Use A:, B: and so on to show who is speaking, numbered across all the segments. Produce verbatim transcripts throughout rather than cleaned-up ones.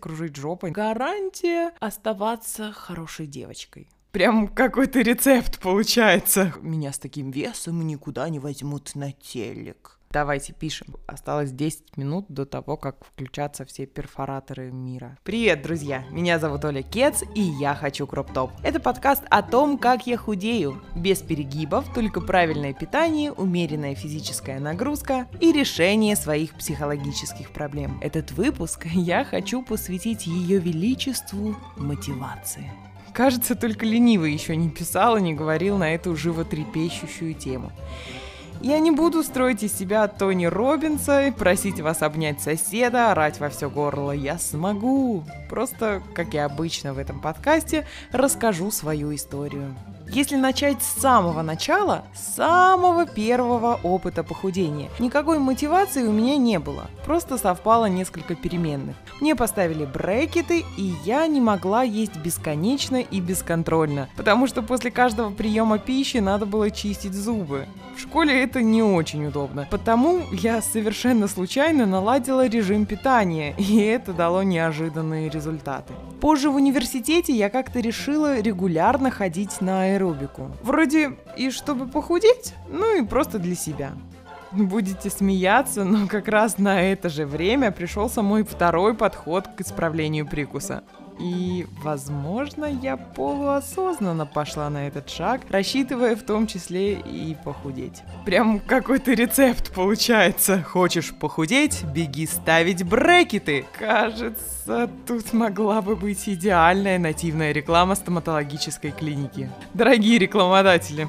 A: кружить жопой. Гарантия оставаться хорошей девочкой. Прям какой-то рецепт получается. Меня с таким весом никуда не возьмут на телек. Давайте пишем. Осталось десять минут до того, как включатся все перфораторы мира. Привет, друзья! Меня зовут Оля Кец, и я хочу кроп-топ. Это подкаст о том, как я худею. Без перегибов, только правильное питание, умеренная физическая нагрузка и решение своих психологических проблем. Этот выпуск я хочу посвятить Ее Величеству мотивации. Кажется, только ленивый еще не писал и не говорил на эту животрепещущую тему. Я не буду строить из себя Тони Роббинса и просить вас обнять соседа, орать во все горло. Я смогу. Просто, как и обычно в этом подкасте, расскажу свою историю. Если начать с самого начала, с самого первого опыта похудения, никакой мотивации у меня не было. Просто совпало несколько переменных. Мне поставили брекеты, и я не могла есть бесконечно и бесконтрольно, потому что после каждого приема пищи надо было чистить зубы. В школе это не очень удобно, потому я совершенно случайно наладила режим питания, и это дало неожиданные результаты. Позже в университете я как-то решила регулярно ходить на аэробику. Вроде и чтобы похудеть, ну и просто для себя. Будете смеяться, но как раз на это же время пришелся мой второй подход к исправлению прикуса. И, возможно, я полуосознанно пошла на этот шаг, рассчитывая в том числе и похудеть. Прям какой-то рецепт получается. Хочешь похудеть? Беги ставить брекеты. Кажется, тут могла бы быть идеальная нативная реклама стоматологической клиники. Дорогие рекламодатели,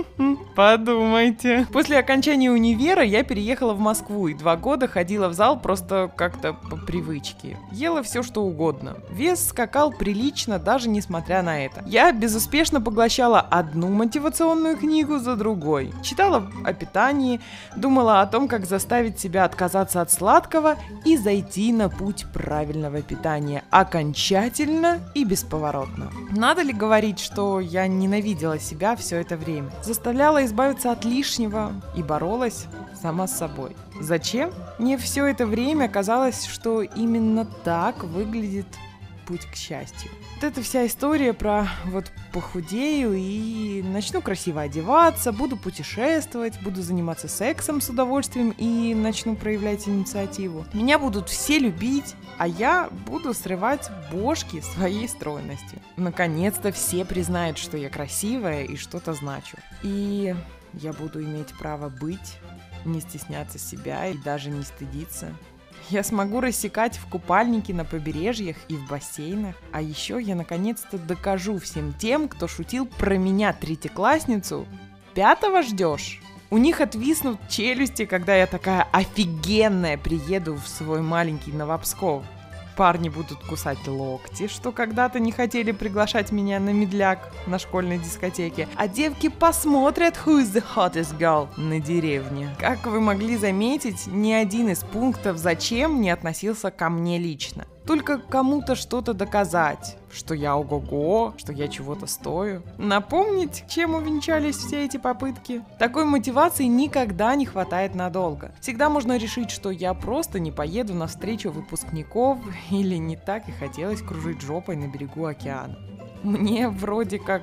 A: подумайте. После окончания универа я переехала в Москву и два года ходила в зал просто как-то по привычке. Ела все, что угодно. Вес скакал прилично, даже несмотря на это. Я безуспешно поглощала одну мотивационную книгу за другой. Читала о питании, думала о том, как заставить себя отказаться от сладкого и зайти на путь правильного питания окончательно и бесповоротно. Надо ли говорить, что я ненавидела себя все это время? Заставляла избавиться от лишнего и боролась сама с собой. Зачем? Мне все это время казалось, что именно так выглядит путь к счастью. Вот эта вся история про вот похудею и начну красиво одеваться, буду путешествовать, буду заниматься сексом с удовольствием и начну проявлять инициативу. Меня будут все любить, а я буду срывать бошки своей стройностью. Наконец-то все признают, что я красивая и что-то значу. И я буду иметь право быть, не стесняться себя и даже не стыдиться. Я смогу рассекать в купальнике на побережьях и в бассейнах. А еще я наконец-то докажу всем тем, кто шутил про меня третьеклассницу. Пятого ждешь? У них отвиснут челюсти, когда я такая офигенная приеду в свой маленький Новопсков. Парни будут кусать локти, что когда-то не хотели приглашать меня на медляк на школьной дискотеке, а девки посмотрят Who is the hottest girl на деревне. Как вы могли заметить, ни один из пунктов «зачем» не относился ко мне лично. Только кому-то что-то доказать, что я ого-го, что я чего-то стою. Напомнить, чем увенчались все эти попытки? Такой мотивации никогда не хватает надолго. Всегда можно решить, что я просто не поеду на встречу выпускников или не так и хотелось кружить жопой на берегу океана. Мне вроде как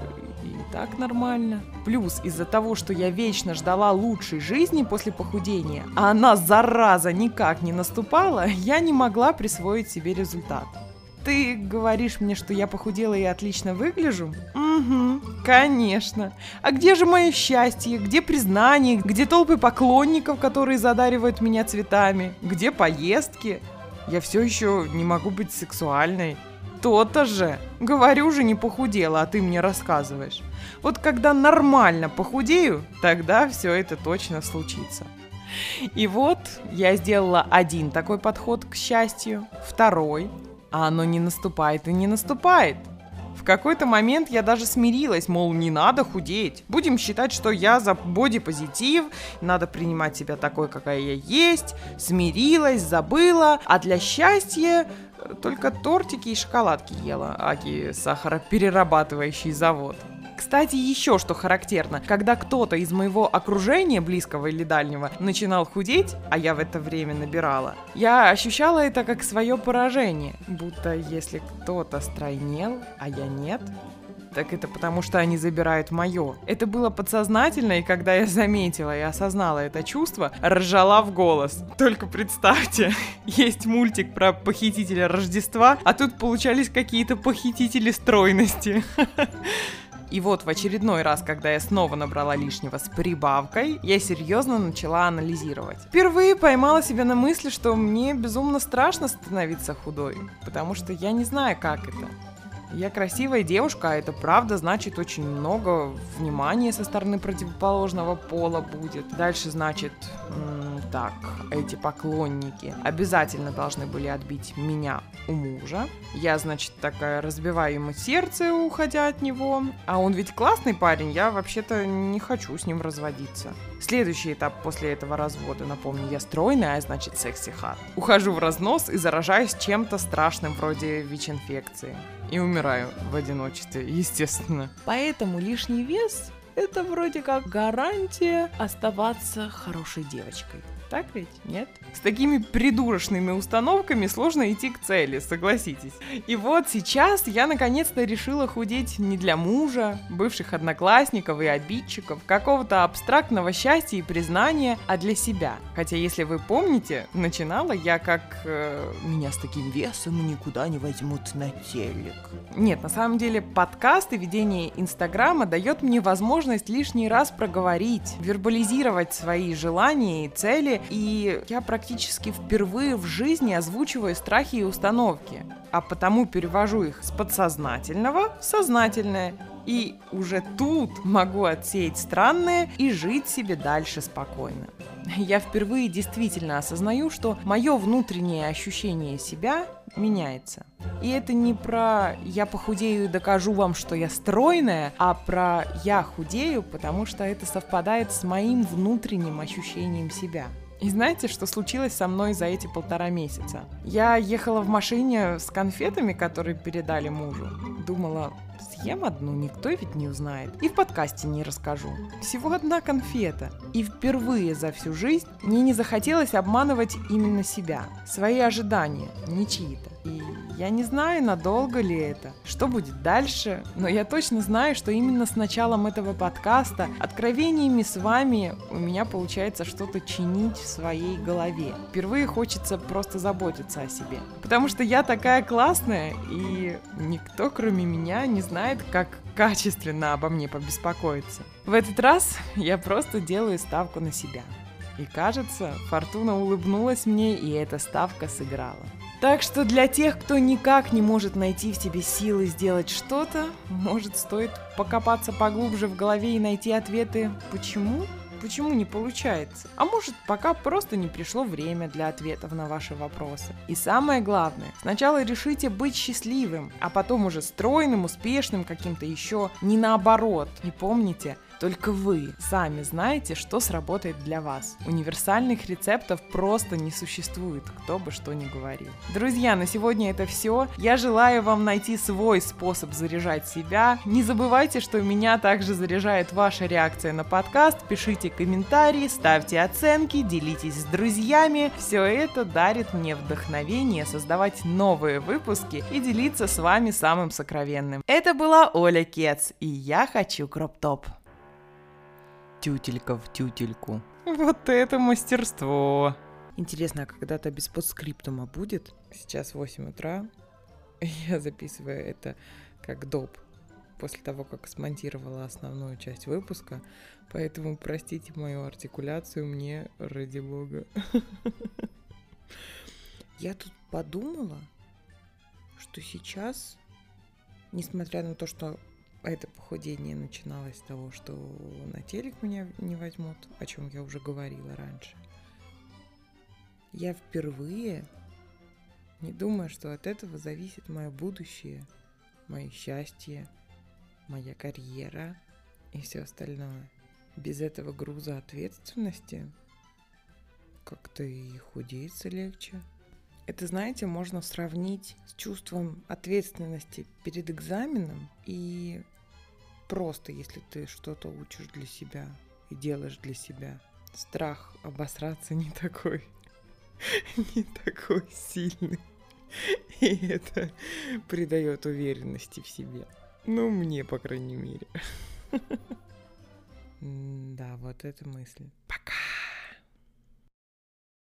A: и так нормально. Плюс из-за того, что я вечно ждала лучшей жизни после похудения, а она, зараза, никак не наступала, я не могла присвоить себе результат. Ты говоришь мне, что я похудела и отлично выгляжу? Угу, конечно. А где же мое счастье? Где признание? Где толпы поклонников, которые задаривают меня цветами? Где поездки? Я все еще не могу быть сексуальной. То-то же. Говорю же, не похудела, а ты мне рассказываешь. Вот когда нормально похудею, тогда все это точно случится. И вот я сделала один такой подход к счастью, второй, а оно не наступает и не наступает. В какой-то момент я даже смирилась, мол, не надо худеть. Будем считать, что я за бодипозитив, надо принимать себя такой, какая я есть. Смирилась, забыла, а для счастья только тортики и шоколадки ела, аки сахароперерабатывающий завод. Кстати, еще что характерно, когда кто-то из моего окружения, близкого или дальнего, начинал худеть, а я в это время набирала, я ощущала это как свое поражение, будто если кто-то стройнел, а я нет, так это потому, что они забирают мое. Это было подсознательно, и когда я заметила и осознала это чувство, ржала в голос. Только представьте, есть мультик про похитителя Рождества, а тут получались какие-то похитители стройности. И вот в очередной раз, когда я снова набрала лишнего с прибавкой, я серьезно начала анализировать. Впервые поймала себя на мысли, что мне безумно страшно становиться худой, потому что я не знаю, как это. Я красивая девушка, а это правда значит очень много внимания со стороны противоположного пола будет. Дальше значит, м- так, эти поклонники обязательно должны были отбить меня у мужа. Я, значит, такая разбиваю ему сердце, уходя от него. А он ведь классный парень, я вообще-то не хочу с ним разводиться. Следующий этап после этого развода, напомню, я стройная, а значит секси-хат. Ухожу в разнос и заражаюсь чем-то страшным вроде ВИЧ-инфекции. И умираю в одиночестве, естественно. Поэтому лишний вес – это вроде как гарантия оставаться хорошей девочкой. Так ведь? Нет? С такими придурочными установками сложно идти к цели, согласитесь. И вот сейчас я наконец-то решила худеть не для мужа, бывших одноклассников и обидчиков, какого-то абстрактного счастья и признания, а для себя. Хотя, если вы помните, начинала я как э, «меня с таким весом никуда не возьмут на телек». Нет, на самом деле подкаст и ведение Инстаграма дает мне возможность лишний раз проговорить, вербализировать свои желания и цели, и я практически впервые в жизни озвучиваю страхи и установки, а потому перевожу их с подсознательного в сознательное. И уже тут могу отсеять странное и жить себе дальше спокойно. Я впервые действительно осознаю, что мое внутреннее ощущение себя меняется. И это не про «я похудею и докажу вам, что я стройная», а про «я худею, потому что это совпадает с моим внутренним ощущением себя». И знаете, что случилось со мной за эти полтора месяца? Я ехала в машине с конфетами, которые передали мужу. Думала, съем одну, никто ведь не узнает. И в подкасте не расскажу. Всего одна конфета. И впервые за всю жизнь мне не захотелось обманывать именно себя. Свои ожидания, не чьи-то. И я не знаю, надолго ли это, что будет дальше, но я точно знаю, что именно с началом этого подкаста, откровениями с вами, у меня получается что-то чинить в своей голове. Впервые хочется просто заботиться о себе. Потому что я такая классная, и никто, кроме меня, не знает, как качественно обо мне побеспокоиться. В этот раз я просто делаю ставку на себя. И кажется, фортуна улыбнулась мне, и эта ставка сыграла. Так что для тех, кто никак не может найти в себе силы сделать что-то, может, стоит покопаться поглубже в голове и найти ответы «почему?». Почему не получается? А может, пока просто не пришло время для ответов на ваши вопросы. И самое главное, сначала решите быть счастливым, а потом уже стройным, успешным каким-то еще, не наоборот. И помните, только вы сами знаете, что сработает для вас. Универсальных рецептов просто не существует, кто бы что ни говорил. Друзья, на сегодня это все. Я желаю вам найти свой способ заряжать себя. Не забывайте, что меня также заряжает ваша реакция на подкаст. Пишите комментарии, ставьте оценки, делитесь с друзьями. Все это дарит мне вдохновение создавать новые выпуски и делиться с вами самым сокровенным. Это была Оля Кец, и я хочу кроп-топ. Тютелька в тютельку. Вот это мастерство. Интересно, а когда-то без постскриптума будет? Сейчас восемь утра. Я записываю это как доп. После того, как смонтировала основную часть выпуска. Поэтому простите мою артикуляцию мне, ради бога. Я тут подумала, что сейчас, несмотря на то, что это похудение начиналось с того, что на телек меня не возьмут, о чем я уже говорила раньше. Я впервые не думаю, что от этого зависит мое будущее, мое счастье, моя карьера и все остальное. Без этого груза ответственности как-то и худеется легче. Это, знаете, можно сравнить с чувством ответственности перед экзаменом и Просто если ты что-то учишь для себя и делаешь для себя, страх обосраться не такой, не такой сильный. И это придает уверенности в себе. Ну, мне, по крайней мере. Да, вот эта мысль. Пока.